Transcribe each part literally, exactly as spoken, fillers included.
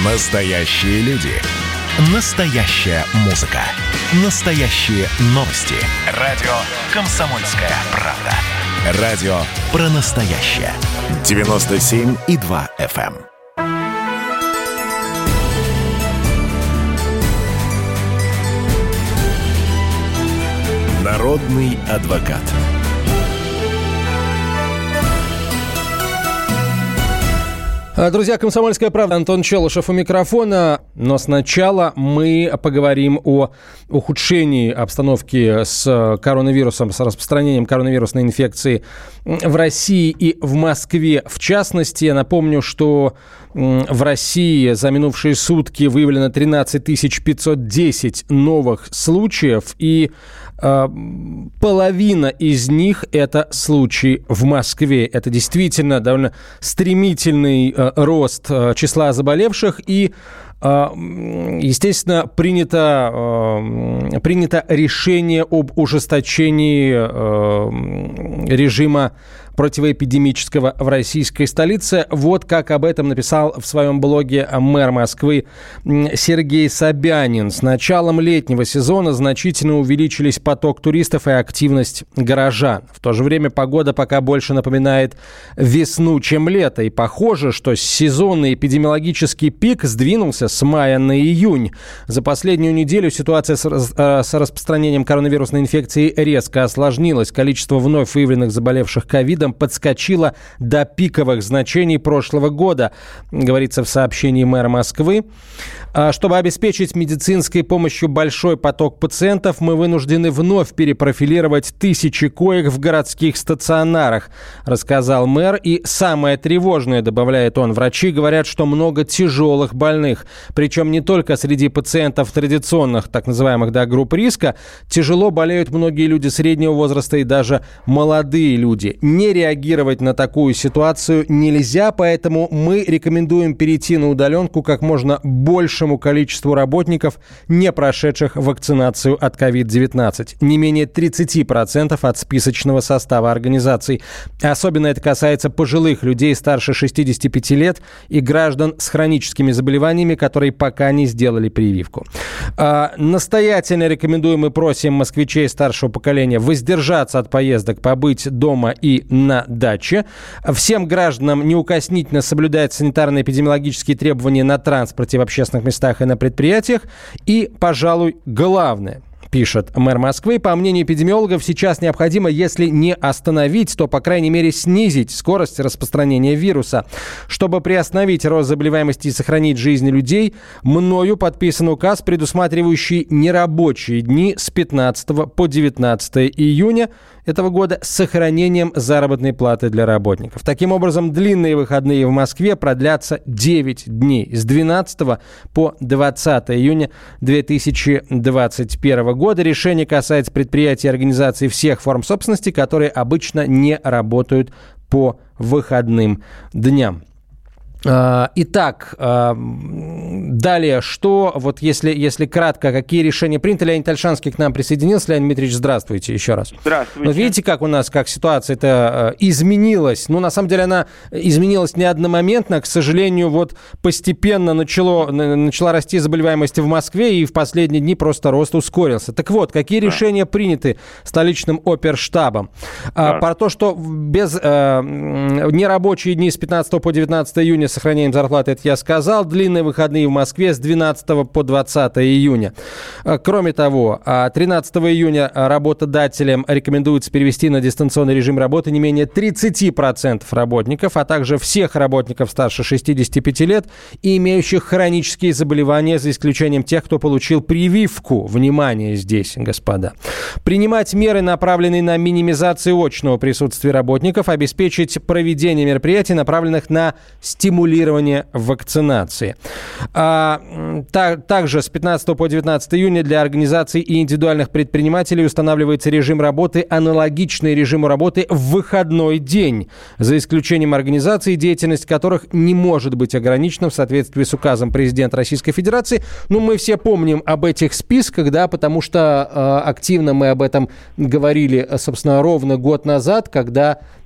Настоящие люди. Настоящая музыка. Настоящие новости. Радио «Комсомольская правда». Радио про настоящее. девяносто семь и два эф эм. Народный адвокат. Друзья, «Комсомольская правда», Антон Челышев у микрофона. Но сначала мы поговорим о ухудшении обстановки с коронавирусом, с распространением коронавирусной инфекции в России и в Москве. В частности, я напомню, что в России за минувшие сутки выявлено тринадцать тысяч пятьсот десять новых случаев, и э, половина из них – это случаи в Москве. Это действительно довольно стремительный э, рост э, числа заболевших, и естественно, принято, принято решение об ужесточении режима противоэпидемического в российской столице. Вот как об этом написал в своем блоге мэр Москвы Сергей Собянин. С началом летнего сезона значительно увеличились поток туристов и активность горожан. В то же время погода пока больше напоминает весну, чем лето. И похоже, что сезонный эпидемиологический пик сдвинулся с мая на июнь. За последнюю неделю ситуация с, с распространением коронавирусной инфекции резко осложнилась. Количество вновь выявленных заболевших ковидом подскочило до пиковых значений прошлого года, говорится в сообщении мэра Москвы. Чтобы обеспечить медицинской помощью большой поток пациентов, мы вынуждены вновь перепрофилировать тысячи коек в городских стационарах, рассказал мэр. И самое тревожное, добавляет он, врачи говорят, что много тяжелых больных. Причем не только среди пациентов традиционных, так называемых, да, групп риска. Тяжело болеют многие люди среднего возраста и даже молодые люди. Не реагировать на такую ситуацию нельзя, поэтому мы рекомендуем перейти на удаленку как можно большему количеству работников, не прошедших вакцинацию от ковид девятнадцать. Не менее тридцать процентов от списочного состава организаций. Особенно это касается пожилых людей старше шестидесяти пяти лет и граждан с хроническими заболеваниями, которые пока не сделали прививку. А, настоятельно рекомендуем и просим москвичей старшего поколения воздержаться от поездок, побыть дома и на даче. Всем гражданам неукоснительно соблюдать санитарно-эпидемиологические требования на транспорте, в общественных местах и на предприятиях. И, пожалуй, главное, пишет мэр Москвы, по мнению эпидемиологов, сейчас необходимо, если не остановить, то, по крайней мере, снизить скорость распространения вируса. Чтобы приостановить рост заболеваемости и сохранить жизни людей, мною подписан указ, предусматривающий нерабочие дни с пятнадцатого по девятнадцатое июня этого года с сохранением заработной платы для работников. Таким образом, длинные выходные в Москве продлятся девять дней с двенадцатого по двадцатое июня две тысячи двадцать первого года. Решение касается предприятий и организаций всех форм собственности, которые обычно не работают по выходным дням. Итак, далее, что, вот если, если кратко, какие решения приняты? Леонид Ольшанский к нам присоединился. Леонид Дмитриевич, здравствуйте еще раз. Здравствуйте. Вот видите, как у нас, как ситуация-то изменилась? Ну, на самом деле, она изменилась не одномоментно. К сожалению, вот постепенно начало, начала расти заболеваемость в Москве, и в последние дни просто рост ускорился. Так вот, какие да. решения приняты столичным оперштабом? Да. Про то, что без э, нерабочие дни с пятнадцатого по девятнадцатое июня сохраняем зарплаты, это я сказал. Длинные выходные в Москве с двенадцатого по двадцатое июня. Кроме того, тринадцатого июня работодателям рекомендуется перевести на дистанционный режим работы не менее тридцать процентов работников, а также всех работников старше шестидесяти пяти лет и имеющих хронические заболевания, за исключением тех, кто получил прививку. Внимание здесь, господа. Принимать меры, направленные на минимизацию очного присутствия работников, обеспечить проведение мероприятий, направленных на стимулирование вакцинации. А, та, также с пятнадцатого по девятнадцатое июня для организаций и индивидуальных предпринимателей устанавливается режим работы, аналогичный режиму работы в выходной день, за исключением организаций, деятельность которых не может быть ограничена в соответствии с указом президента Российской Федерации. Ну, мы все помним об этих списках, да, потому что э, активно мы об этом говорили, собственно, ровно год назад, когда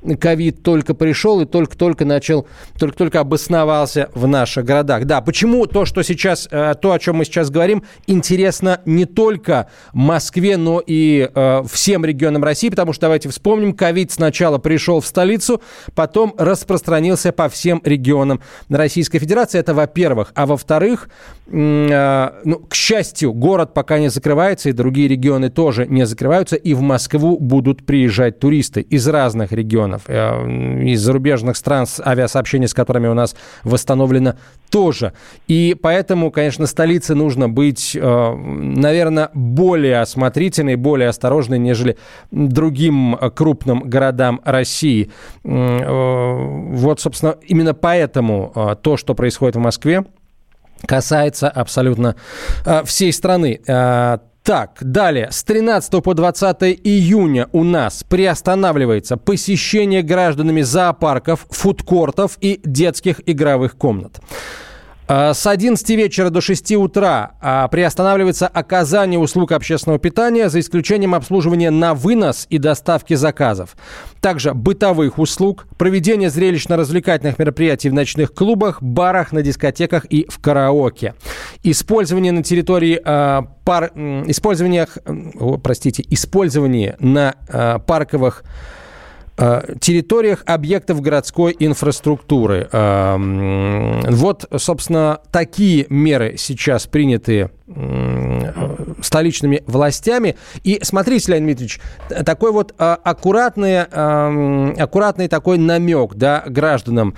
ковид только пришел и только-только начал, только-только обосновался в наших городах. Да, почему то, что сейчас, то, о чем мы сейчас говорим, интересно не только Москве, но и э, всем регионам России, потому что, давайте вспомним, ковид сначала пришел в столицу, потом распространился по всем регионам Российской Федерации. Это во-первых. А во-вторых, э, ну, к счастью, город пока не закрывается, и другие регионы тоже не закрываются, и в Москву будут приезжать туристы из разных регионов, э, из зарубежных стран, авиасообщение с которыми у нас восстановлено тоже. И поэтому, конечно, столице нужно быть, э, наверное, более осмотрительной, более осторожной, нежели другим крупным городам России. Вот, собственно, именно поэтому то, что происходит в Москве, касается абсолютно всей страны. Так, далее. С тринадцатого по двадцатое июня у нас приостанавливается посещение гражданами зоопарков, фудкортов и детских игровых комнат. С одиннадцати вечера до шести утра приостанавливается оказание услуг общественного питания, за исключением обслуживания на вынос и доставки заказов. Также бытовых услуг, проведение зрелищно-развлекательных мероприятий в ночных клубах, барах, на дискотеках и в караоке. Использование на территории э, пар... использование, о, простите, использование на э, парковых территориях объектов городской инфраструктуры. Вот, собственно, такие меры сейчас приняты столичными властями. И смотрите, Леонид Дмитриевич, такой вот аккуратный, аккуратный такой намек, да, гражданам.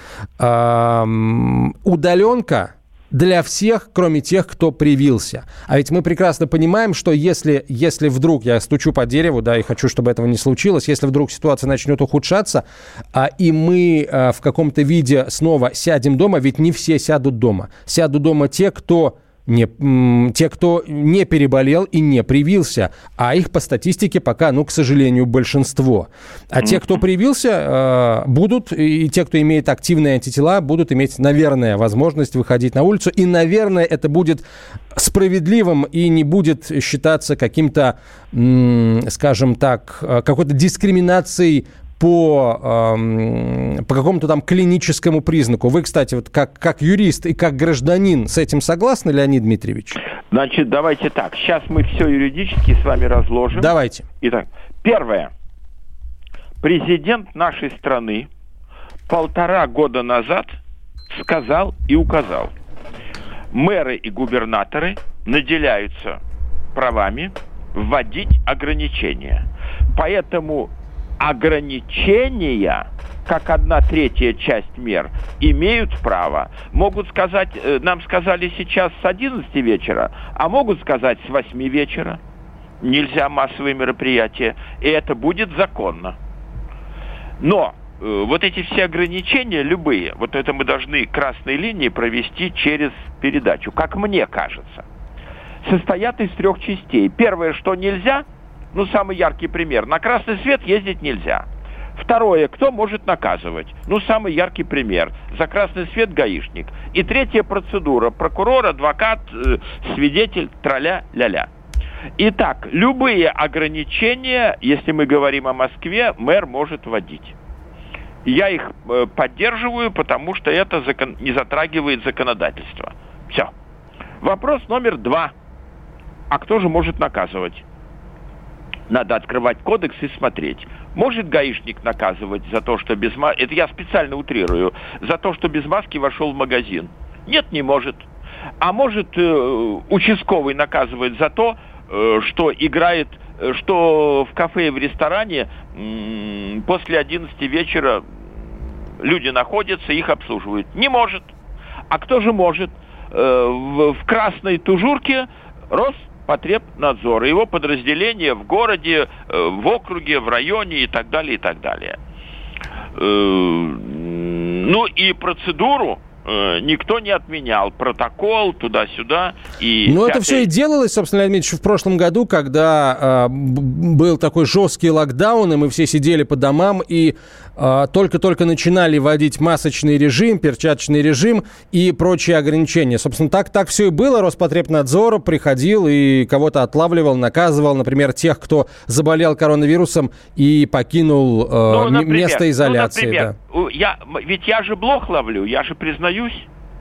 Удаленка для всех, кроме тех, кто привился. А ведь мы прекрасно понимаем, что если, если вдруг, я стучу по дереву, да, и хочу, чтобы этого не случилось, если вдруг ситуация начнет ухудшаться, а, и мы а, в каком-то виде снова сядем дома, ведь не все сядут дома. Сядут дома те, кто... Не, те, кто не переболел и не привился, а их по статистике пока, ну, к сожалению, большинство. А те, кто привился, будут, и те, кто имеет активные антитела, будут иметь, наверное, возможность выходить на улицу. И, наверное, это будет справедливым и не будет считаться каким-то, скажем так, какой-то дискриминацией по, э, по какому-то там клиническому признаку. Вы, кстати, вот как, как юрист и как гражданин с этим согласны, Леонид Дмитриевич? Значит, давайте так. Сейчас мы все юридически с вами разложим. Давайте. Итак, первое. Президент нашей страны полтора года назад сказал и указал. Мэры и губернаторы наделяются правами вводить ограничения. Поэтому ограничения, как одна третья часть мер, имеют право. Могут сказать, нам сказали сейчас с одиннадцати вечера, а могут сказать с восьми вечера. Нельзя массовые мероприятия. И это будет законно. Но э, вот эти все ограничения, любые, вот это мы должны красной линии провести через передачу, как мне кажется, состоят из трех частей. Первое, что нельзя... Ну, самый яркий пример. На красный свет ездить нельзя. Второе, кто может наказывать? Ну, самый яркий пример. За красный свет гаишник. И третья процедура. Прокурор, адвокат, э, свидетель, траля-ля-ля. Итак, любые ограничения, если мы говорим о Москве, мэр может вводить. Я их э, поддерживаю, потому что это закон... не затрагивает законодательство. Все. Вопрос номер два. А кто же может наказывать? Надо открывать кодекс и смотреть. Может гаишник наказывать за то, что без маски... Это я специально утрирую. За то, что без маски вошел в магазин? Нет, не может. А может э, участковый наказывать за то, э, что играет... Э, что в кафе и в ресторане э, после одиннадцати вечера люди находятся, их обслуживают? Не может. А кто же может? Э, в, в красной тужурке рос Потребнадзор, его подразделения в городе, в округе, в районе и так далее, и так далее. Ну и процедуру э, никто не отменял протокол туда-сюда. И ну, всякое... это все и делалось, собственно, Леонид Ильич, в прошлом году, когда э, был такой жесткий локдаун, и мы все сидели по домам, и э, только-только начинали вводить масочный режим, перчаточный режим и прочие ограничения. Собственно, так, так все и было. Роспотребнадзор приходил и кого-то отлавливал, наказывал, например, тех, кто заболел коронавирусом и покинул э, ну, например, место изоляции. Ну, например, да. я, ведь я же блох ловлю, я же признаюсь.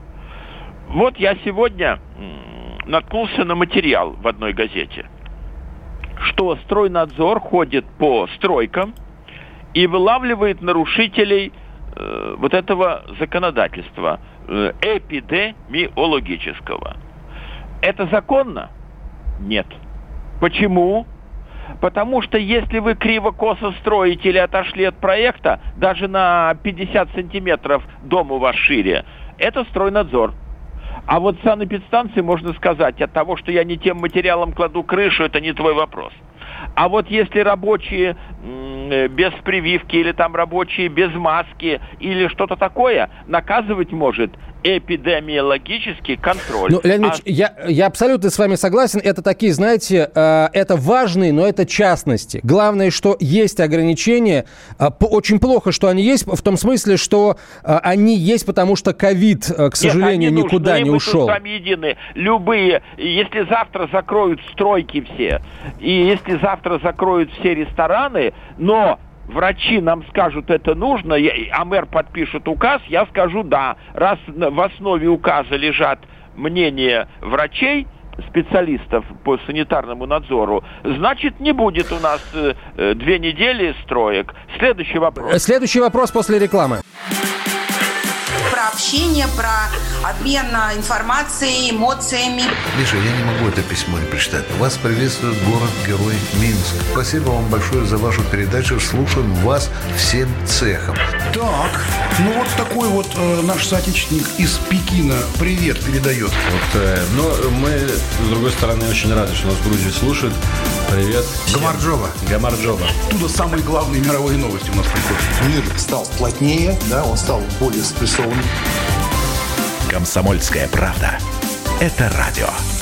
Вот я сегодня наткнулся на материал в одной газете, что стройнадзор ходит по стройкам и вылавливает нарушителей э, вот этого законодательства э, эпидемиологического. Это законно? Нет. Почему? Потому что если вы криво-косо строите или отошли от проекта, даже на пятьдесят сантиметров дом у вас шире, это стройнадзор. А вот санэпидстанции можно сказать, от того, что я не тем материалом кладу крышу, это не твой вопрос. А вот если рабочие м- без прививки или там рабочие без маски или что-то такое, наказывать может эпидемиологический контроль. Ну, Леонид Ильич, а... я, я абсолютно с вами согласен. Это такие, знаете, э, это важные, но это частности. Главное, что есть ограничения. Э, по, очень плохо, что они есть, в том смысле, что э, они есть, потому что ковид, э, к сожалению, Нет, никуда нужны, не ушел. Мы едины. Любые, если завтра закроют стройки все, и если завтра закроют все рестораны, но врачи нам скажут, это нужно, а мэр подпишет указ, я скажу да. Раз в основе указа лежат мнения врачей, специалистов по санитарному надзору, значит, не будет у нас э, две недели строек. Следующий вопрос. Следующий вопрос после рекламы. Про общение, про обмен информацией, эмоциями. Миша, я не могу это письмо не прочитать. Вас приветствует город-герой Минск. Спасибо вам большое за вашу передачу. Слушаем вас всем цехом. Так, ну вот такой вот э, наш соотечественник из Пекина привет передает. Вот, э, но мы, с другой стороны, очень рады, что нас в Грузии слушают. Привет. Гамарджоба. Гамарджоба. Оттуда самые главные мировые новости у нас приходят. Мир стал плотнее, да, он стал более спрессованным. «Комсомольская правда». Это радио.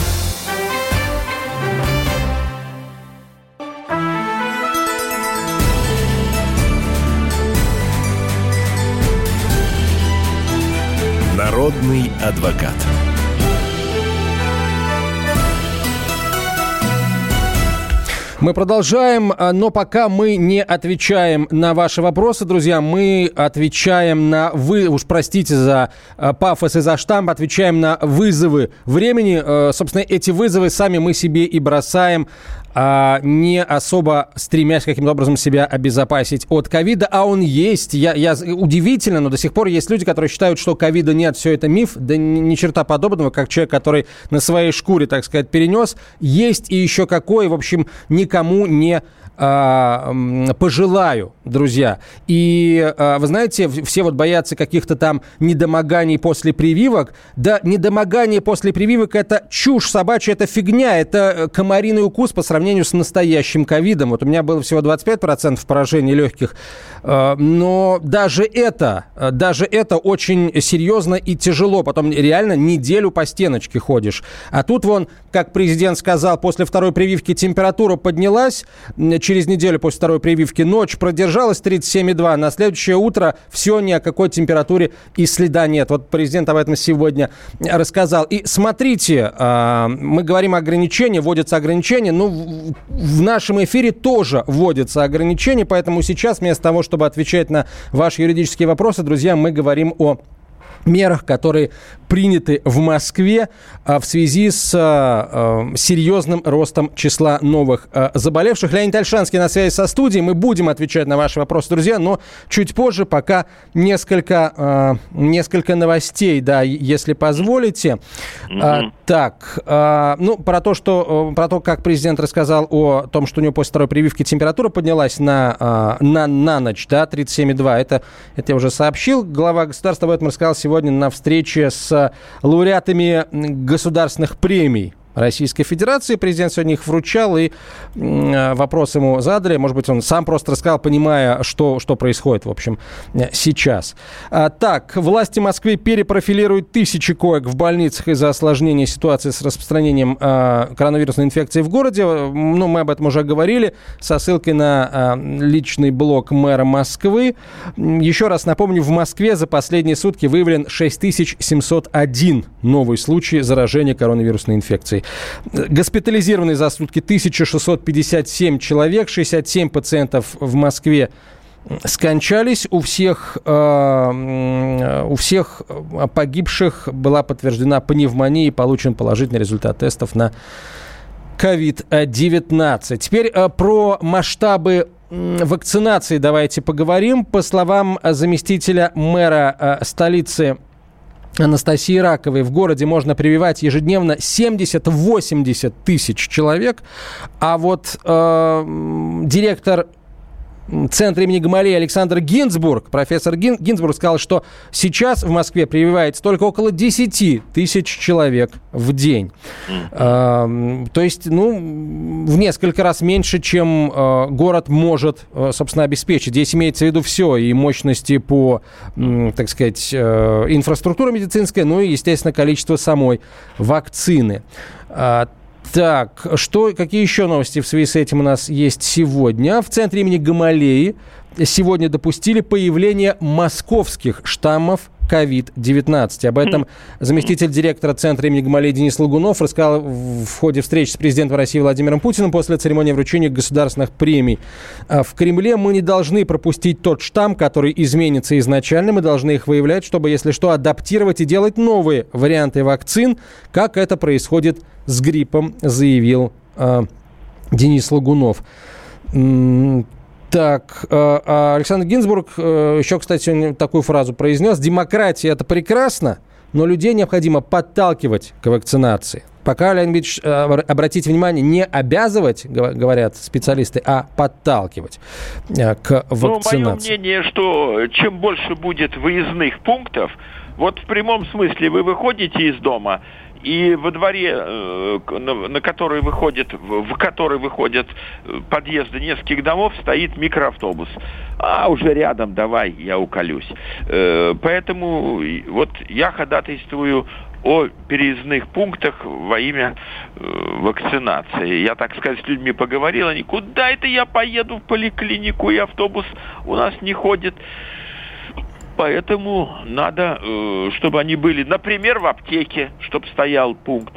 Народный адвокат. Мы продолжаем, но пока мы не отвечаем на ваши вопросы, друзья, мы отвечаем на вы, уж простите за пафос и за штамп, отвечаем на вызовы времени. Собственно, эти вызовы сами мы себе и бросаем, не особо стремясь каким-то образом себя обезопасить от ковида, а он есть. Я, я, удивительно, но до сих пор есть люди, которые считают, что ковида нет, все это миф. Да ни, ни черта подобного, как человек, который на своей шкуре, так сказать, перенес. Есть и еще какой, в общем, никому не а, пожелаю, друзья. И а, вы знаете, все вот боятся каких-то там недомоганий после прививок. Да, недомогание после прививок – это чушь собачья, это фигня, это комариный укус по сравнению с настоящим ковидом. Вот у меня было всего двадцать пять процентов поражений легких, но даже это, даже это очень серьезно и тяжело. Потом реально неделю по стеночке ходишь. А тут вон, как президент сказал, после второй прививки температура поднялась, через неделю после второй прививки ночь продержалась тридцать семь и два, на следующее утро все, ни о какой температуре и следа нет. Вот президент об этом сегодня рассказал. И смотрите, мы говорим о ограничениях, вводятся ограничения, ну, в нашем эфире тоже вводятся ограничения, поэтому сейчас вместо того, чтобы отвечать на ваши юридические вопросы, друзья, мы говорим о мерах, которые приняты в Москве а, в связи с а, а, серьезным ростом числа новых а, заболевших. Леонид Ольшанский на связи со студией. Мы будем отвечать на ваши вопросы, друзья, но чуть позже, пока несколько, а, несколько новостей, да, если позволите. Mm-hmm. А, так, а, ну, про то, что, про то, как президент рассказал о том, что у него после второй прививки температура поднялась на, а, на, на ночь, да, тридцать семь и два. Это, это я уже сообщил. Глава государства об этом рассказал сегодня на встрече с лауреатами государственных премий. Российской Федерации. Президент сегодня их вручал, и э, вопрос ему задали. Может быть, он сам просто рассказал, понимая, что, что происходит, в общем, сейчас. А, так, власти Москвы перепрофилируют тысячи коек в больницах из-за осложнения ситуации с распространением э, коронавирусной инфекции в городе. Ну, мы об этом уже говорили, со ссылкой на э, личный блог мэра Москвы. Еще раз напомню, в Москве за последние сутки выявлен шесть тысяч семьсот один новый случай заражения коронавирусной инфекцией. Госпитализированы за сутки тысяча шестьсот пятьдесят семь человек, шестьдесят семь пациентов в Москве скончались. У всех, э, у всех погибших была подтверждена пневмония и получен положительный результат тестов на ковид девятнадцать. Теперь э, про масштабы вакцинации давайте поговорим. По словам заместителя мэра э, столицы Анастасии Раковой, в городе можно прививать ежедневно семьдесят-восемьдесят тысяч человек. А вот э, директор Центра имени Гамалеи Александр Гинзбург, профессор Гин, Гинзбург сказал, что сейчас в Москве прививается только около десять тысяч человек в день. Э, то есть, ну, в несколько раз меньше, чем э, город может, э, собственно, обеспечить. Здесь имеется в виду все, и мощности по, э, так сказать, э, инфраструктуре медицинской, ну и, естественно, количество самой вакцины. Э, Так, что, какие еще новости в связи с этим у нас есть сегодня? В Центре имени Гамалеи сегодня допустили появление московских штаммов ковид девятнадцать. Об этом заместитель директора Центра имени Гамалеи Денис Лагунов рассказал в ходе встречи с президентом России Владимиром Путиным после церемонии вручения государственных премий. В Кремле мы не должны пропустить тот штамм, который изменится изначально. Мы должны их выявлять, чтобы, если что, адаптировать и делать новые варианты вакцин, как это происходит с гриппом, заявил э, Денис Лагунов. Так, Александр Гинзбург еще, кстати, сегодня такую фразу произнес. Демократия – это прекрасно, но людей необходимо подталкивать к вакцинации. Пока, Леонид Ильич, обратите внимание, не обязывать, говорят специалисты, а подталкивать к вакцинации. Ну, мое мнение, что чем больше будет выездных пунктов, вот в прямом смысле вы выходите из дома, и во дворе, на, на который выходит, в который выходят подъезды нескольких домов, стоит микроавтобус. А уже рядом, давай, я уколюсь. Поэтому вот я ходатайствую о переездных пунктах во имя вакцинации. Я, так сказать, с людьми поговорил, они: куда это я поеду в поликлинику, и автобус у нас не ходит. Поэтому надо, чтобы они были, например, в аптеке, чтобы стоял пункт,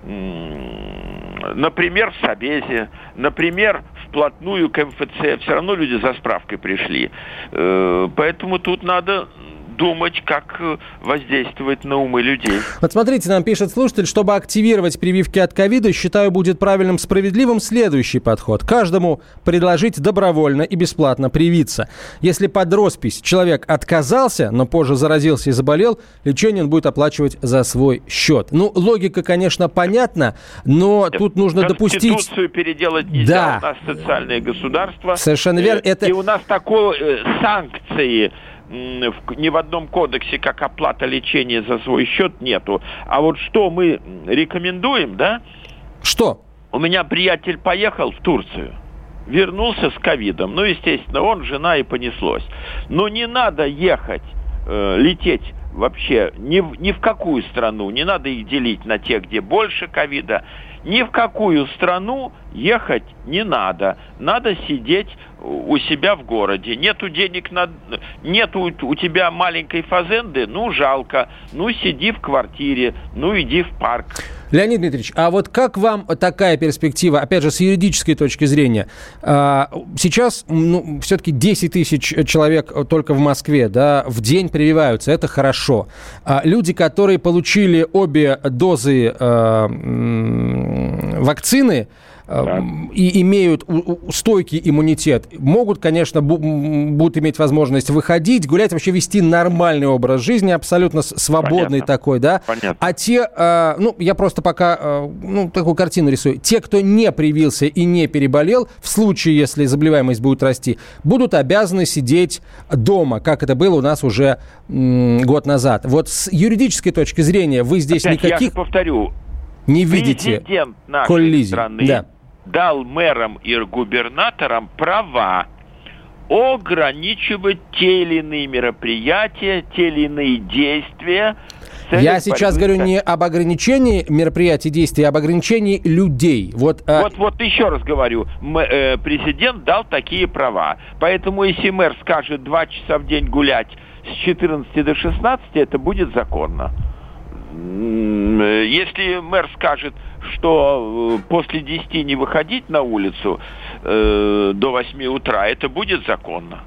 например, в Собезе, например, вплотную к эм эф цэ. Все равно люди за справкой пришли. Поэтому тут надо думать, как воздействовать на умы людей. Вот смотрите, нам пишет слушатель, чтобы активировать прививки от ковида, считаю, будет правильным, справедливым следующий подход. Каждому предложить добровольно и бесплатно привиться. Если под роспись человек отказался, но позже заразился и заболел, лечение он будет оплачивать за свой счет. Ну, логика, конечно, понятна, но тут нужно допустить... Конституцию переделать нельзя. Да. У нас социальное государство. Совершенно верно. Это... И у нас такой э, санкции... ни в одном кодексе, как оплата лечения за свой счет, нету. А вот что мы рекомендуем, да? Что? У меня приятель поехал в Турцию, вернулся с ковидом. Ну, естественно, он, жена, и понеслось. Но не надо ехать, э, лететь вообще ни в, ни в какую страну. Не надо их делить на те, где больше ковида. Ни в какую страну ехать не надо. Надо сидеть у себя в городе. Нету денег на... Нету у тебя маленькой фазенды, ну, жалко. Ну, сиди в квартире, ну, иди в парк. Леонид Дмитриевич, а вот как вам такая перспектива, опять же, с юридической точки зрения? Сейчас, ну, все-таки десять тысяч человек только в Москве, да, в день прививаются, это хорошо. А люди, которые получили обе дозы э, вакцины, да, и имеют стойкий иммунитет, могут, конечно, будут иметь возможность выходить, гулять, вообще вести нормальный образ жизни, абсолютно свободный. Понятно. Такой, да. Понятно. А те, ну, я просто пока, ну, такую картину рисую, те, кто не привился и не переболел, в случае, если заболеваемость будет расти, будут обязаны сидеть дома, как это было у нас уже м- год назад. Вот с юридической точки зрения вы здесь Опять никаких... Я повторю, не видите Президент нашей коллизии. страны Да. дал мэрам и губернаторам права ограничивать те или иные мероприятия, те или иные действия. Я сейчас говорю не об ограничении мероприятий, действий, а об ограничении людей. Вот, вот, вот еще раз говорю, м- э, президент дал такие права. Поэтому если мэр скажет два часа в день гулять с четырнадцати до шестнадцати, это будет законно. Если мэр скажет, что после десяти не выходить на улицу э, до восьми утра, это будет законно.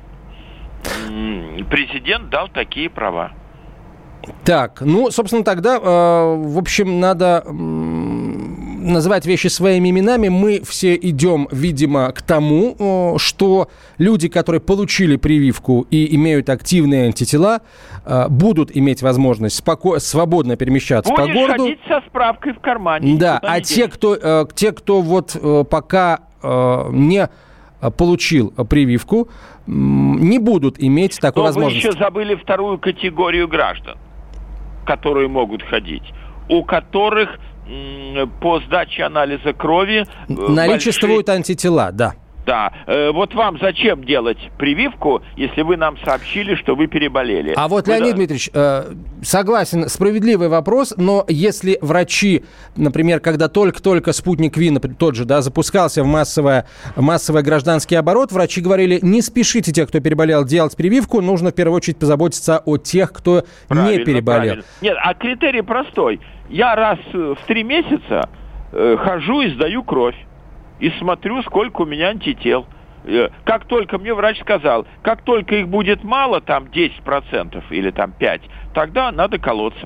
Президент дал такие права. Так, ну, собственно, тогда, э, в общем, надо э, называть вещи своими именами. Мы все идем, видимо, к тому, э, что люди, которые получили прививку и имеют активные антитела, э, будут иметь возможность споко- свободно перемещаться Будешь по городу. ходить со справкой в кармане. Да, а те кто, э, те, кто вот э, пока э, не получил прививку, не будут иметь такой Но возможности. вы еще забыли вторую категорию граждан, которые могут ходить, у которых м, по сдаче анализа крови наличествуют большие... антитела, да. Да. Э, вот вам зачем делать прививку, если вы нам сообщили, что вы переболели? А вот, вы Леонид да... Дмитриевич, э, согласен, справедливый вопрос, но если врачи, например, когда только-только «Спутник Ви», тот же, да, запускался в массовое, массовый гражданский оборот, врачи говорили, не спешите тех, кто переболел, делать прививку, нужно в первую очередь позаботиться о тех, кто правильно, не переболел. Правильно. Нет, а критерий простой. Я раз в три месяца э, хожу и сдаю кровь. И смотрю, сколько у меня антител. Как только мне врач сказал, как только их будет мало, там десять процентов или там пять процентов, тогда надо колоться.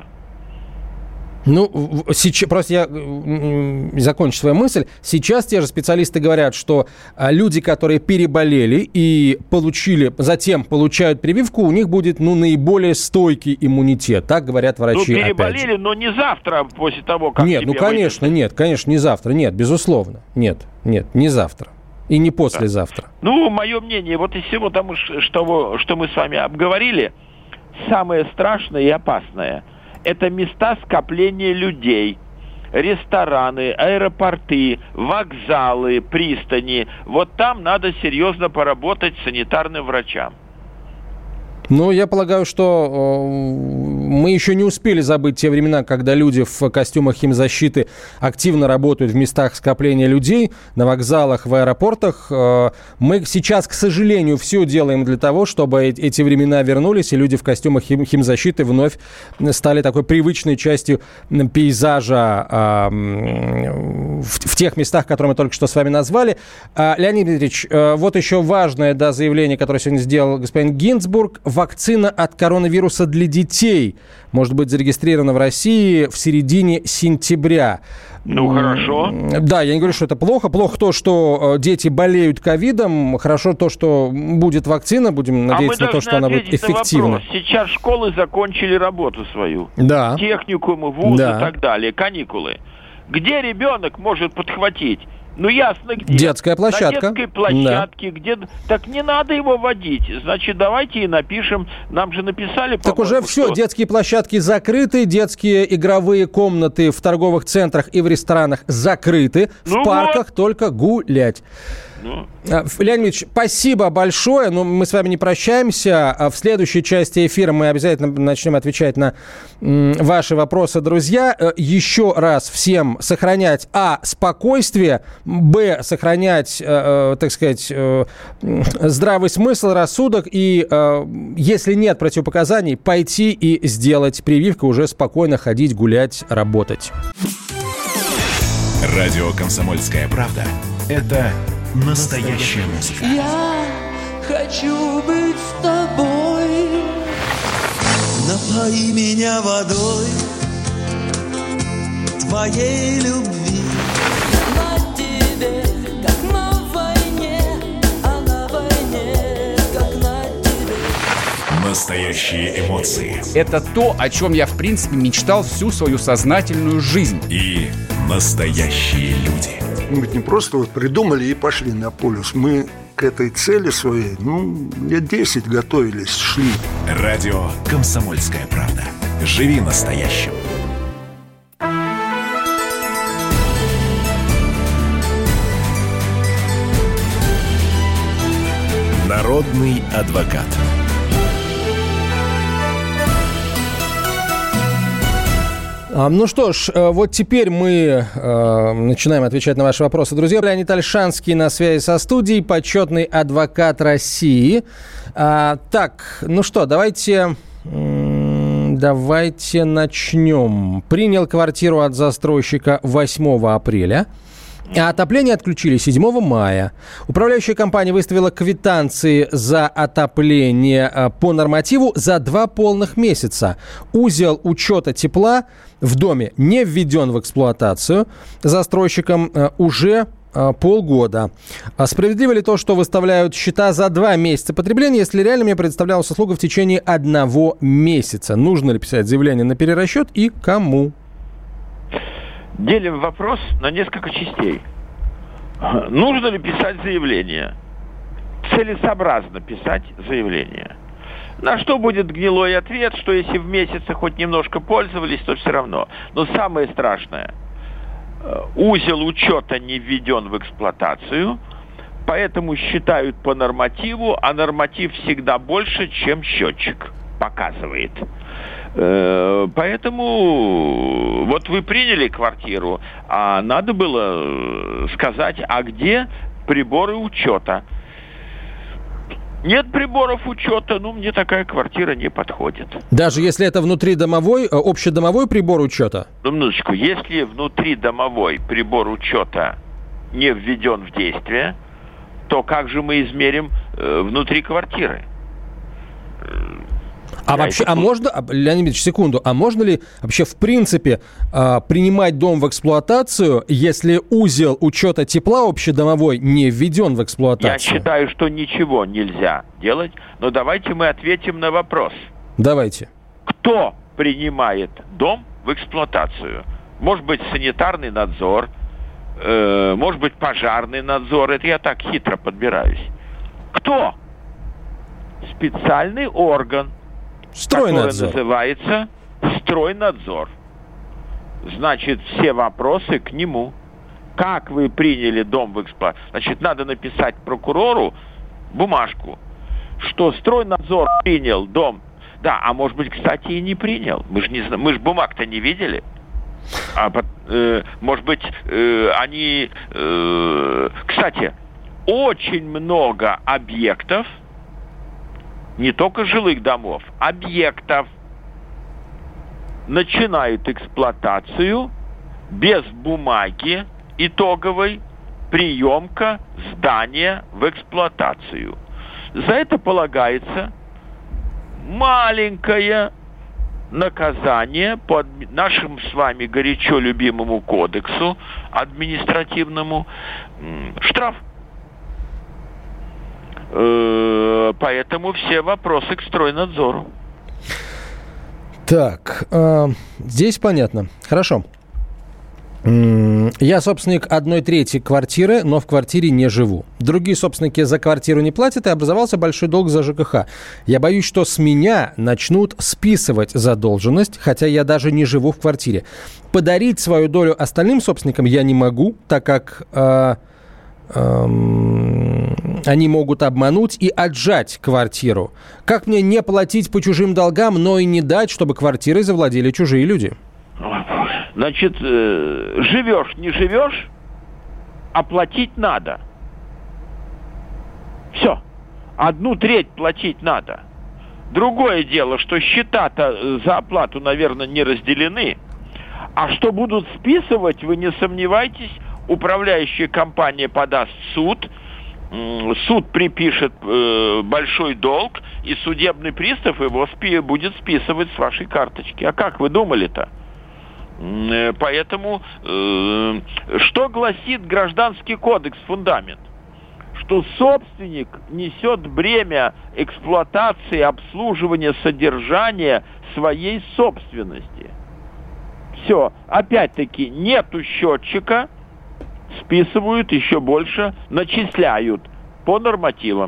Ну, сейчас, просто я закончу свою мысль. Сейчас те же специалисты говорят, что люди, которые переболели и получили, затем получают прививку, у них будет, ну, наиболее стойкий иммунитет. Так говорят врачи. Ну, переболели, но не завтра, после того, как Нет, ну, конечно, выйдет. нет, конечно, не завтра. Нет, безусловно. Нет, нет, не завтра. И не послезавтра. Да. Ну, мое мнение, вот из всего того, что, что мы с вами обговорили, самое страшное и опасное – это места скопления людей, рестораны, аэропорты, вокзалы, пристани. Вот там надо серьезно поработать санитарным врачам. Ну, я полагаю, что э, мы еще не успели забыть те времена, когда люди в костюмах химзащиты активно работают в местах скопления людей, на вокзалах, в аэропортах. Э, мы сейчас, к сожалению, все делаем для того, чтобы эти времена вернулись, и люди в костюмах хим- химзащиты вновь стали такой привычной частью пейзажа э, в, в тех местах, которые мы только что с вами назвали. Э, Леонид Дмитриевич, э, вот еще важное, да, заявление, которое сегодня сделал господин Гинцбург. Вакцина от коронавируса для детей может быть зарегистрирована в России в середине сентября. Ну, хорошо. Да, я не говорю, что это плохо. Плохо то, что дети болеют ковидом. Хорошо то, что будет вакцина. Будем надеяться а на то, что она будет эффективна. Сейчас школы закончили работу свою. Да. Техникумы, вузы да. и так далее, каникулы. Где ребенок может подхватить? Ну, ясно, где. Детская площадка. На детской площадке, да. где... Так не надо его водить. Значит, давайте и напишем. Нам же написали, Так уже все, что... детские площадки закрыты, детские игровые комнаты в торговых центрах и в ресторанах закрыты. Ну в парках вот. Только гулять. Ну. Леонид Ильич, спасибо большое. Но мы с вами не прощаемся. В следующей части эфира мы обязательно начнем отвечать на ваши вопросы, друзья. Еще раз всем сохранять, а, спокойствие, б, сохранять, так сказать, здравый смысл, рассудок. И если нет противопоказаний, пойти и сделать прививку, уже спокойно ходить, гулять, работать. Радио «Комсомольская правда» — это настоящая музыка. Я хочу быть с тобой. Напои меня водой твоей любви. На тебе, как на войне, а на войне, как на тебе. Настоящие эмоции. Это то, о чем я, в принципе, мечтал всю свою сознательную жизнь. И настоящие люди. Мы ведь не просто вот придумали и пошли на полюс. Мы к этой цели своей, ну, лет десять готовились, шли. Радио «Комсомольская правда». Живи настоящим. Народный адвокат. Ну что ж, вот теперь мы э, начинаем отвечать на ваши вопросы. Друзья, Леонид Ольшанский на связи со студией, почетный адвокат России. А, так, ну что, давайте, м- давайте начнем. Принял квартиру от застройщика восьмого апреля. А отопление отключили седьмого мая. Управляющая компания выставила квитанции за отопление по нормативу за два полных месяца. Узел учета тепла в доме не введен в эксплуатацию. Застройщикам уже полгода. А справедливо ли то, что выставляют счета за два месяца потребления, если реально мне представлялась услуга в течение одного месяца? Нужно ли писать заявление на перерасчет и кому? Делим вопрос на несколько частей. Нужно ли писать заявление? Целесообразно писать заявление. На что будет гнилой ответ, что если в месяце хоть немножко пользовались, то все равно. Но самое страшное, узел учета не введен в эксплуатацию, поэтому считают по нормативу, а норматив всегда больше, чем счетчик показывает. Поэтому вот вы приняли квартиру, а надо было сказать, а где приборы учета? Нет приборов учета, ну, мне такая квартира не подходит. Даже если это внутридомовой, общедомовой прибор учета? Ну, минуточку, если внутридомовой прибор учета не введен в действие, то как же мы измерим э, внутри квартиры? А вообще, а можно, Леонид Ильич, секунду, а можно ли вообще в принципе э, принимать дом в эксплуатацию, если узел учета тепла общедомовой не введен в эксплуатацию? Я считаю, что ничего нельзя делать, но давайте мы ответим на вопрос. Давайте. Кто принимает дом в эксплуатацию? Может быть, санитарный надзор, э, может быть, пожарный надзор, это я так хитро подбираюсь. Кто? Специальный орган, Стройнадзор. который называется Стройнадзор. Значит, все вопросы к нему. Как вы приняли дом в эксплуатацию? Значит, надо написать прокурору бумажку, что Стройнадзор принял дом. Да, а может быть, кстати, и не принял. Мы же не знаем, мы же бумаг-то не видели. А, э, может быть, э, они... Э, кстати, очень много объектов, не только жилых домов, объектов начинают эксплуатацию без бумаги итоговой, приемка здания в эксплуатацию. За это полагается маленькое наказание по нашему с вами горячо любимому кодексу административному, штраф. Поэтому все вопросы к Стройнадзору. Так, э, здесь понятно. Хорошо. Я собственник одной трети квартиры, но в квартире не живу. Другие собственники за квартиру не платят, и образовался большой долг за ЖКХ. Я боюсь, что с меня начнут списывать задолженность, хотя я даже не живу в квартире. Подарить свою долю остальным собственникам я не могу, так как... Э, они могут обмануть и отжать квартиру. Как мне не платить по чужим долгам, но и не дать, чтобы квартирой завладели чужие люди? Значит, э, живешь, не живешь, а платить надо. Все. Одну треть платить надо. Другое дело, что счета-то за оплату, наверное, не разделены. А что будут списывать, вы не сомневайтесь, управляющая компания подаст в суд, суд припишет э, большой долг, и судебный пристав его спи- будет списывать с вашей карточки. А как вы думали-то? Э, поэтому, э, что гласит Гражданский кодекс, фундамент? Что собственник несет бремя эксплуатации, обслуживания, содержания своей собственности. Все. Опять-таки, нету счетчика, списывают еще больше, начисляют по нормативам.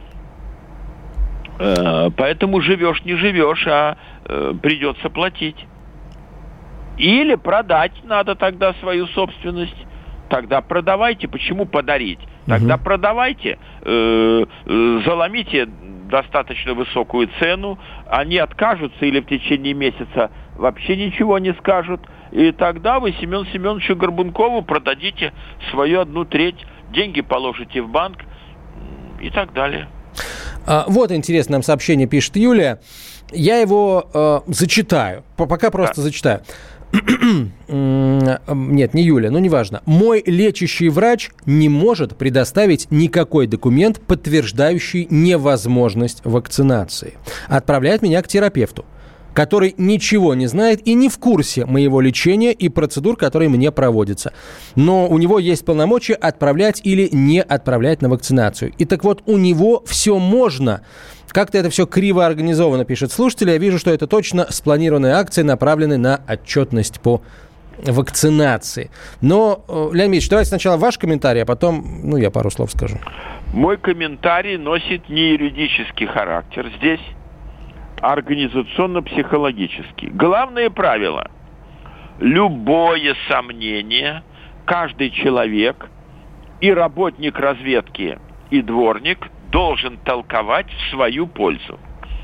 Э, поэтому живешь, не живешь, а э, придется платить. Или продать надо тогда свою собственность. тогда продавайте. Почему подарить? Тогда угу. продавайте, э, э, заломите достаточно высокую цену, они откажутся или в течение месяца вообще ничего не скажут, и тогда вы Семену Семеновичу Горбункову продадите свою одну треть, деньги положите в банк и так далее. А, вот интересное нам сообщение пишет Юлия. Я его э, зачитаю, пока просто да. зачитаю. Нет, не Юля, ну неважно. Мой лечащий врач не может предоставить никакой документ, подтверждающий невозможность вакцинации. Отправляет меня к терапевту, который ничего не знает и не в курсе моего лечения и процедур, которые мне проводятся. Но у него есть полномочия отправлять или не отправлять на вакцинацию. И так вот, у него все можно. Как-то это все криво организовано, пишет слушатель. Я вижу, что это точно спланированные акции, направленные на отчетность по вакцинации. Но, Леонид Ильич, давайте сначала ваш комментарий, а потом, ну, я пару слов скажу. Мой комментарий носит не юридический характер здесь, а организационно-психологический. Главное правило. Любое сомнение каждый человек, и работник разведки, и дворник, должен толковать в свою пользу.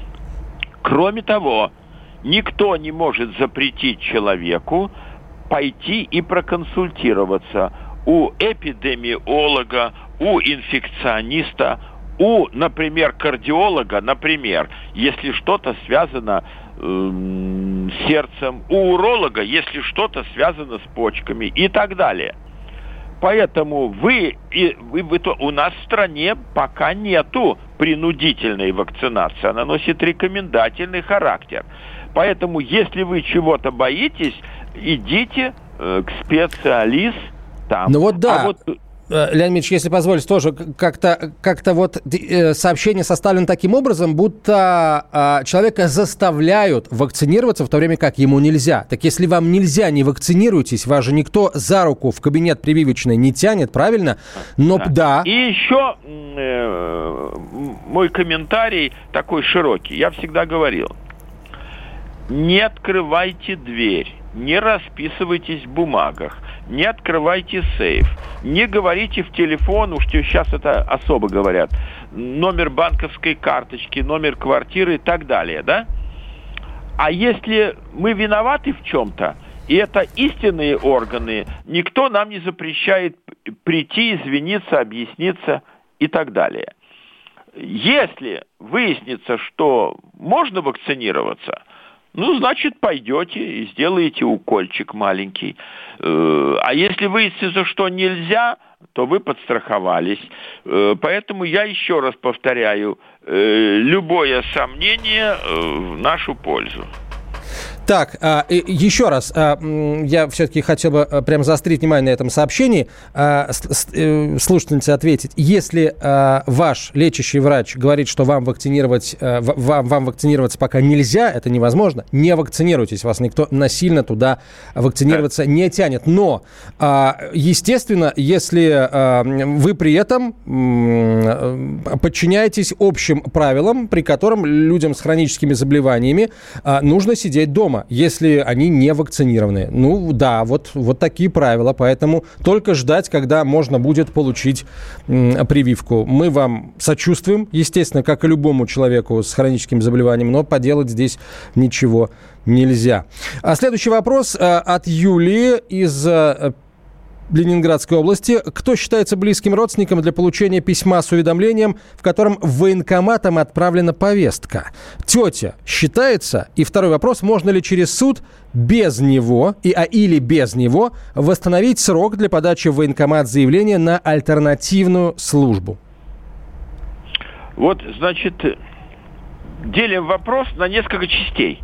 Кроме того, никто не может запретить человеку пойти и проконсультироваться у эпидемиолога, у инфекциониста, у, например, кардиолога, например, если что-то связано э, с сердцем, у уролога, если что-то связано с почками и так далее. Поэтому вы, и, вы, вы, у нас в стране пока нету принудительной вакцинации, она носит рекомендательный характер. Поэтому, если вы чего-то боитесь, идите э, к специалистам. Ну вот да. А вот... Леонид Ильич, если позволите, тоже как-то, как-то вот сообщение составлено таким образом, будто а, человека заставляют вакцинироваться, в то время как ему нельзя. Так если вам нельзя, не вакцинируйтесь, вас же никто за руку в кабинет прививочный не тянет, правильно? Но да. да. И еще э, мой комментарий такой широкий. Я всегда говорил, не открывайте дверь, не расписывайтесь в бумагах, не открывайте сейф, не говорите в телефон, уж сейчас это особо говорят, номер банковской карточки, номер квартиры и так далее, да? А если мы виноваты в чем-то, и это истинные органы, никто нам не запрещает прийти, извиниться, объясниться и так далее. Если выяснится, что можно вакцинироваться, ну, значит, пойдете и сделаете укольчик маленький. А если выяснится, что нельзя, то вы подстраховались. Поэтому я еще раз повторяю, любое сомнение в нашу пользу. Так, еще раз, я все-таки хотел бы прям заострить внимание на этом сообщении. Слушательнице ответить. Если ваш лечащий врач говорит, что вам вакцинировать, вам, вам вакцинироваться пока нельзя, это невозможно, не вакцинируйтесь, вас никто насильно туда вакцинироваться не тянет. Но, естественно, если вы при этом подчиняетесь общим правилам, при котором людям с хроническими заболеваниями нужно сидеть дома, если они не вакцинированы. Ну да, вот, вот такие правила, поэтому только ждать, когда можно будет получить м, прививку. Мы вам сочувствуем, естественно, как и любому человеку с хроническим заболеванием, но поделать здесь ничего нельзя. А следующий вопрос а, от Юлии из а, Ленинградской области. Кто считается близким родственником для получения письма с уведомлением, в котором военкоматом отправлена повестка? Тетя считается? И второй вопрос. Можно ли через суд без него и, а, или без него восстановить срок для подачи в военкомат заявления на альтернативную службу? Вот, значит, делим вопрос на несколько частей.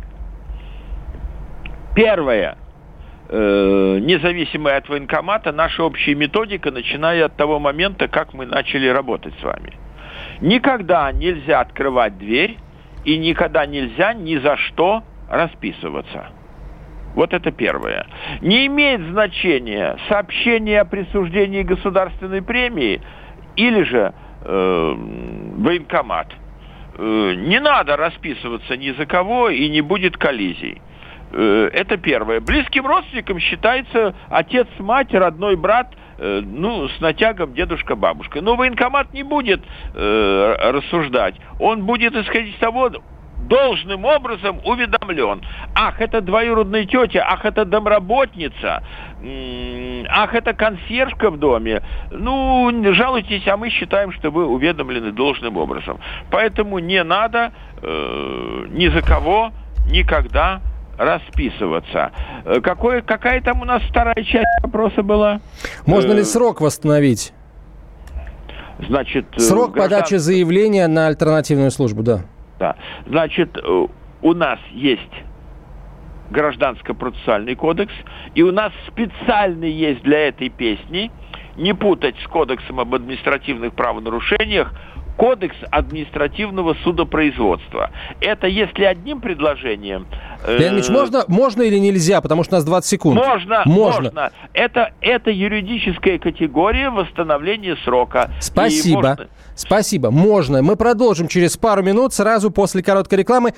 Первое. Независимая от военкомата, наша общая методика, начиная от того момента, как мы начали работать с вами. Никогда нельзя открывать дверь и никогда нельзя ни за что расписываться. Вот это первое. Не имеет значения сообщение о присуждении государственной премии или же э, военкомат. Э, не надо расписываться ни за кого и не будет коллизий. Это первое. Близким родственником считается отец, мать, родной брат, э, ну, с натягом дедушка-бабушка. Но военкомат не будет э, рассуждать. Он будет исходить из того, должным образом уведомлен. Ах, это двоюродная тетя, ах, это домработница, ах, это консьержка в доме. Ну, жалуйтесь, а мы считаем, что вы уведомлены должным образом. Поэтому не надо э, ни за кого никогда расписываться. Какой, какая там у нас вторая часть вопроса была? Можно ли срок восстановить? Значит, срок граждан... подачи заявления на альтернативную службу, да. Да. Значит, у нас есть Гражданско-процессуальный кодекс, и у нас специальный есть для этой песни, не путать с Кодексом об административных правонарушениях, Кодекс административного судопроизводства. Это если одним предложением... Э... Леонид Ильич, можно, можно или нельзя? Потому что у нас двадцать секунд. Можно, можно. можно. Это, это юридическая категория восстановления срока. Спасибо. Можно... Спасибо. Можно. Мы продолжим через пару минут, сразу после короткой рекламы.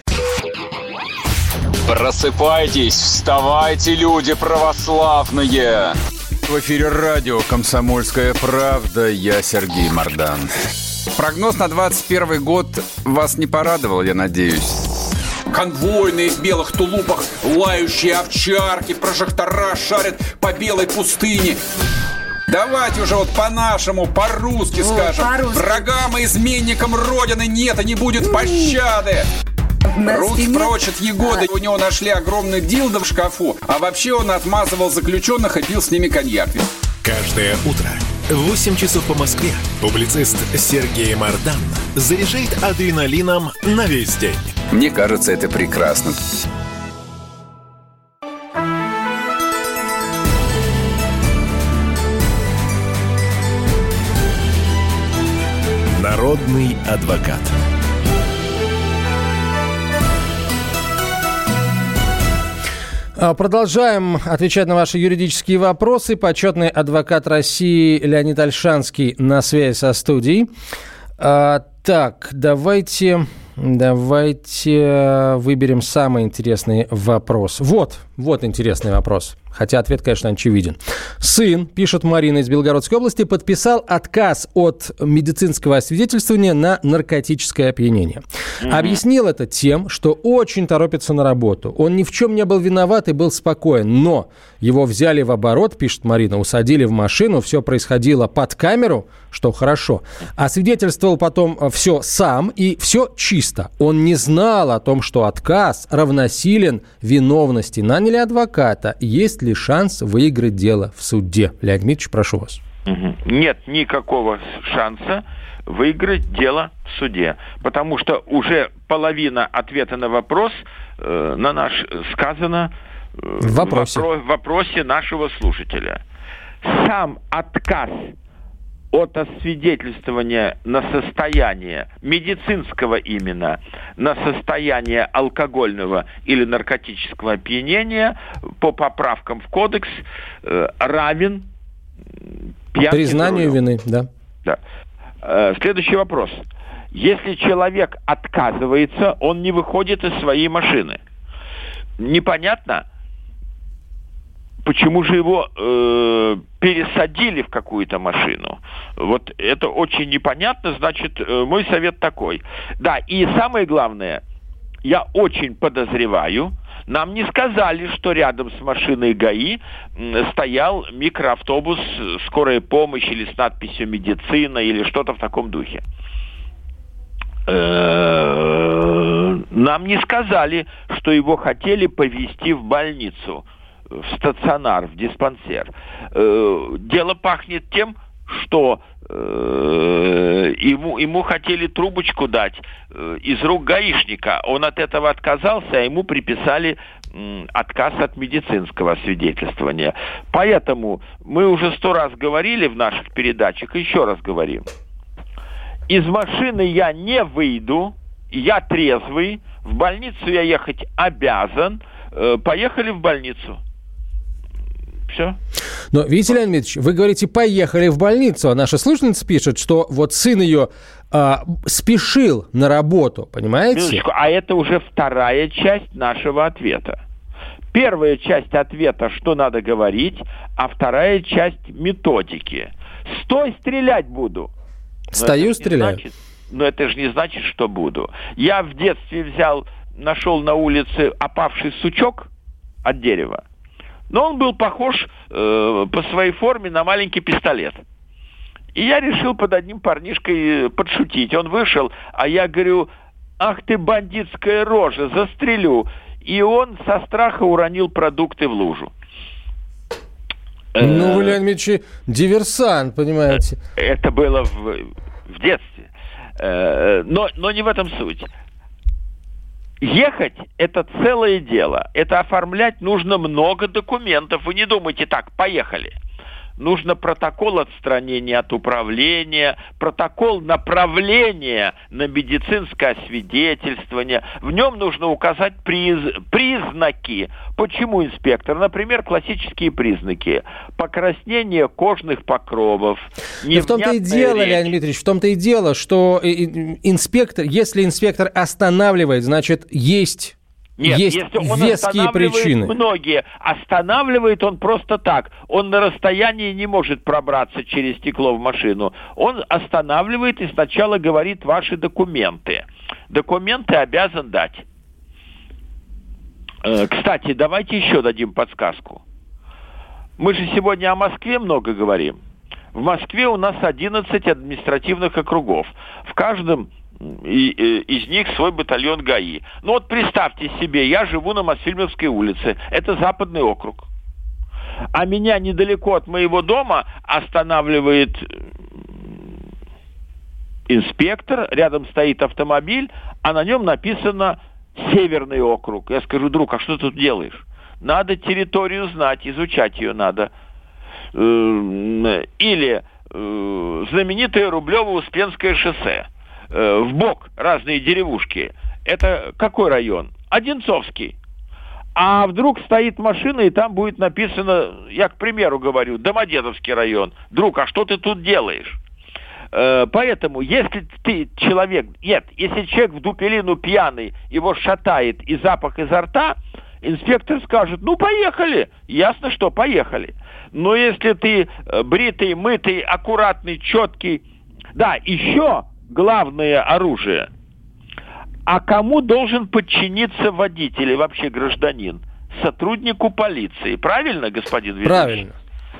Просыпайтесь, вставайте, люди православные! В эфире радио «Комсомольская правда». Я Сергей Мордан. Прогноз на двадцать первый год вас не порадовал, я надеюсь. Конвойные в белых тулупах, лающие овчарки, прожектора шарят по белой пустыне. Давайте уже вот по-нашему, по-русски скажем. По-русски. Врагам и изменникам Родины нет и не будет пощады. Руки прочь от Егоды. У него нашли огромный дилдо в шкафу. А вообще он отмазывал заключенных и пил с ними коньяк. Каждое утро в восемь часов по Москве публицист Сергей Мордан заряжает адреналином на весь день. Мне кажется, это прекрасно. Народный адвокат. Продолжаем отвечать на ваши юридические вопросы. Почетный адвокат России Леонид Ольшанский на связи со студией. А, так, давайте, давайте выберем самый интересный вопрос. Вот, вот интересный вопрос. Хотя ответ, конечно, очевиден. Сын, пишет Марина из Белгородской области, подписал отказ от медицинского освидетельствования на наркотическое опьянение. Mm-hmm. Объяснил это тем, что очень торопится на работу. Он ни в чем не был виноват и был спокоен. Но его взяли в оборот, пишет Марина, усадили в машину, все происходило под камеру, что хорошо. Освидетельствовал потом все сам, и все чисто. Он не знал о том, что отказ равносилен виновности. Наняли адвоката. Есть ли шанс выиграть дело в суде? Леонид Дмитриевич, прошу вас. Нет никакого шанса выиграть дело в суде, потому что уже половина ответа на вопрос э, на наш сказано э, в вопросе. Вопро- в вопросе нашего слушателя. Сам отказ от освидетельствования на состояние медицинского именно, на состояние алкогольного или наркотического опьянения по поправкам в кодекс э, равен пьянке признанию вины, да. да. Э, следующий вопрос. Если человек отказывается, он не выходит из своей машины. Непонятно, почему же его э, пересадили в какую-то машину. Вот это очень непонятно. Значит, э, мой совет такой. Да, и самое главное, я очень подозреваю, нам не сказали, что рядом с машиной ГАИ стоял микроавтобус скорой помощи или с надписью «медицина» или что-то в таком духе. Нам не сказали, что его хотели повезти в больницу, в стационар, в диспансер. Дело пахнет тем, что э, ему, ему хотели трубочку дать э, из рук гаишника. Он от этого отказался, а ему приписали э, отказ от медицинского освидетельствования. Поэтому мы уже сто раз говорили в наших передачах, еще раз говорим. Из машины я не выйду, я трезвый, в больницу я ехать обязан. Э, поехали в больницу. Все. Но, видите, Леонид Дмитриевич, вы говорите, поехали в больницу, а наша слушательница пишет, что вот сын ее а, спешил на работу, понимаете? Минуточку, а это уже вторая часть нашего ответа. Первая часть ответа, что надо говорить, а вторая часть методики. Стой, стрелять буду. Стою, стреляю. Значит, но это же не значит, что буду. Я в детстве взял, нашел на улице опавший сучок от дерева, но он был похож э, по своей форме на маленький пистолет. И я решил под одним парнишкой подшутить. Он вышел, а я говорю: ах ты, бандитская рожа, застрелю. И он со страха уронил продукты в лужу. Ну, вы, Леонид Ильич, диверсант, понимаете. Это было в, в детстве. Но, но не в этом суть. Ехать – это целое дело. Это оформлять нужно много документов. Вы не думайте так, поехали. Нужно протокол отстранения от управления, протокол направления на медицинское освидетельствование. В нем нужно указать приз, признаки. Почему, инспектор? Например, классические признаки. Покраснение кожных покровов. И в том-то и дело, речь. Леонид Дмитриевич, в том-то и дело, что инспектор, если инспектор останавливает, значит, есть... Нет, есть если он веские причины. Многие. Останавливает он просто так. Он на расстоянии не может пробраться через стекло в машину. Он останавливает и сначала говорит ваши документы. Документы обязан дать. Кстати, давайте еще дадим подсказку. Мы же сегодня о Москве много говорим. В Москве у нас одиннадцать административных округов. В каждом И, и, из них свой батальон ГАИ. Ну вот представьте себе, я живу на Мосфильмовской улице, это Западный округ. А меня недалеко от моего дома останавливает инспектор, рядом стоит автомобиль, а на нем написано Северный округ. Я скажу: друг, а что ты тут делаешь? Надо территорию знать, изучать ее надо. Или знаменитое Рублево-Успенское шоссе. В бок разные деревушки. Это какой район? Одинцовский. А вдруг стоит машина, и там будет написано, я, к примеру, говорю, Домодедовский район. Друг, а что ты тут делаешь? Поэтому, если ты человек... Нет, если человек в дупелину пьяный, его шатает и запах изо рта, инспектор скажет: ну, поехали. Ясно, что поехали. Но если ты бритый, мытый, аккуратный, четкий... Да, еще... Главное оружие. А кому должен подчиниться водитель и вообще гражданин? Сотруднику полиции. Правильно, господин ведущий? Правильно.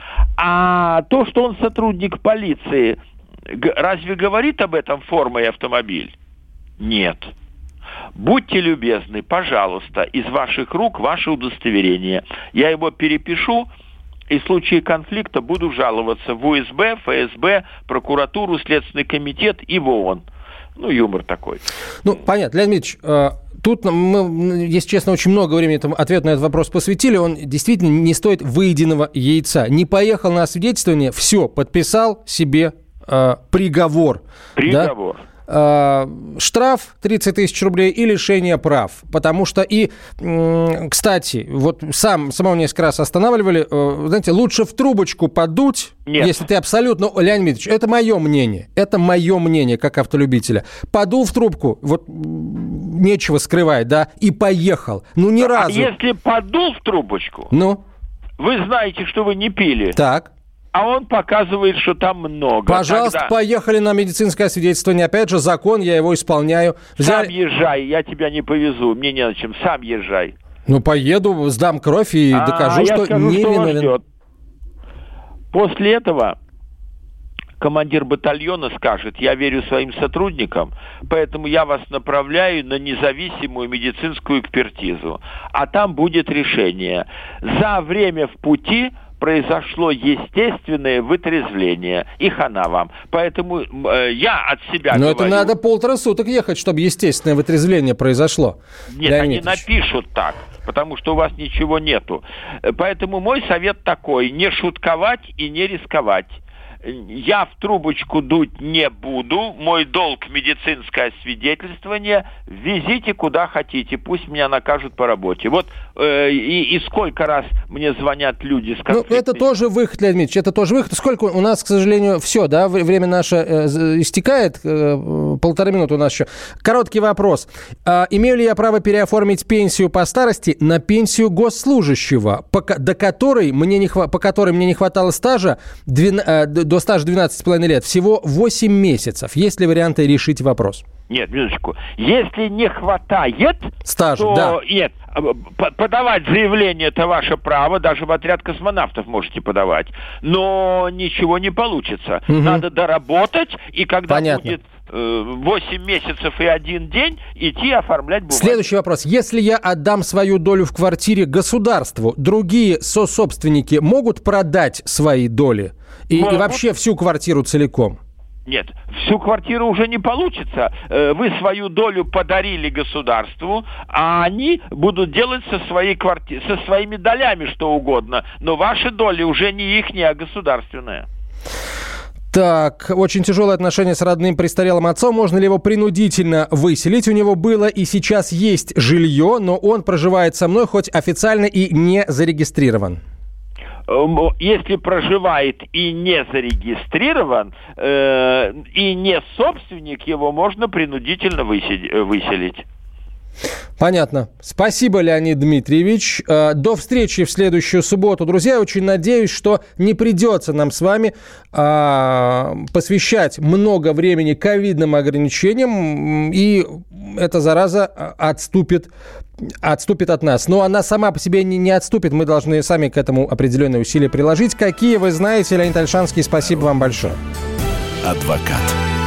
А то, что он сотрудник полиции, разве говорит об этом форма и автомобиль? Нет. Будьте любезны, пожалуйста, из ваших рук ваше удостоверение. Я его перепишу. И в случае конфликта буду жаловаться в УСБ, ФСБ, прокуратуру, Следственный комитет и в ООН. Ну, юмор такой. Ну, понятно. Леонид Ильич, тут мы, если честно, очень много времени этому ответ на этот вопрос посвятили. Он действительно не стоит выеденного яйца. Не поехал на освидетельствование, все, подписал себе э, приговор. Приговор. Да? Штраф тридцать тысяч рублей и лишение прав. Потому что и, кстати, вот сам, самого несколько раз останавливали, знаете, лучше в трубочку подуть, Нет. если ты абсолютно... Леонид Дмитриевич, это мое мнение. Это мое мнение, как автолюбителя. Подул в трубку, вот нечего скрывать, да, и поехал. Ну, ни а разу. А если подул в трубочку, ну? Вы знаете, что вы не пили. Так. А он показывает, что там много. Пожалуйста, Тогда... поехали на медицинское освидетельствование. Опять же, закон, я его исполняю. Взяли... Сам езжай, я тебя не повезу. Мне не на чем. Сам езжай. Ну, поеду, сдам кровь и а, докажу, я что скажу, не что виновен. Ждет. После этого командир батальона скажет: я верю своим сотрудникам, поэтому я вас направляю на независимую медицинскую экспертизу. А там будет решение. За время в пути произошло естественное вытрезвление. И хана вам. Поэтому э, я от себя Но говорю... это надо полтора суток ехать, чтобы естественное вытрезвление произошло. Нет, Леонид они Ильич. напишут так, потому что у вас ничего нету. Поэтому мой совет такой: не шутковать и не рисковать. я в трубочку дуть не буду, мой долг медицинское освидетельствование, везите куда хотите, пусть меня накажут по работе. Вот э, и, и сколько раз мне звонят люди с конфликтной... Ну, это тоже выход, Леонид Дмитриевич, это тоже выход. Сколько у нас, к сожалению, все, да, время наше э, истекает, э, полторы минуты у нас еще. Короткий вопрос. А, имею ли я право переоформить пенсию по старости на пенсию госслужащего, по, до которой мне не, по которой мне не хватало стажа двенадцать, э, до стажа двенадцать с половиной лет, всего восемь месяцев? Есть ли варианты решить вопрос? Нет, минуточку. Если не хватает, стажа, то да. Нет, подавать заявление – это ваше право, даже в отряд космонавтов можете подавать, но ничего не получится. Угу. Надо доработать, и когда Понятно. будет восемь месяцев и один день, идти оформлять бумаги. Следующий вопрос. Если я отдам свою долю в квартире государству, другие сособственники могут продать свои доли? И, и вообще всю квартиру целиком? Нет, всю квартиру уже не получится. Вы свою долю подарили государству, а они будут делать со, своей кварти... со своими долями что угодно. Но ваши доли уже не их, а государственные. Так, очень тяжелое отношение с родным престарелым отцом. Можно ли его принудительно выселить? У него было и сейчас есть жилье, но он проживает со мной, хоть официально и не зарегистрирован. Если проживает и не зарегистрирован, э, и не собственник, его можно принудительно выселить. Понятно. Спасибо, Леонид Дмитриевич. До встречи в следующую субботу. Друзья, я очень надеюсь, что не придется нам с вами а, посвящать много времени ковидным ограничениям, и эта зараза отступит, отступит от нас. Но она сама по себе не, не отступит. Мы должны сами к этому определенные усилия приложить. Какие вы знаете, Леонид Ольшанский, спасибо вам большое. Адвокат.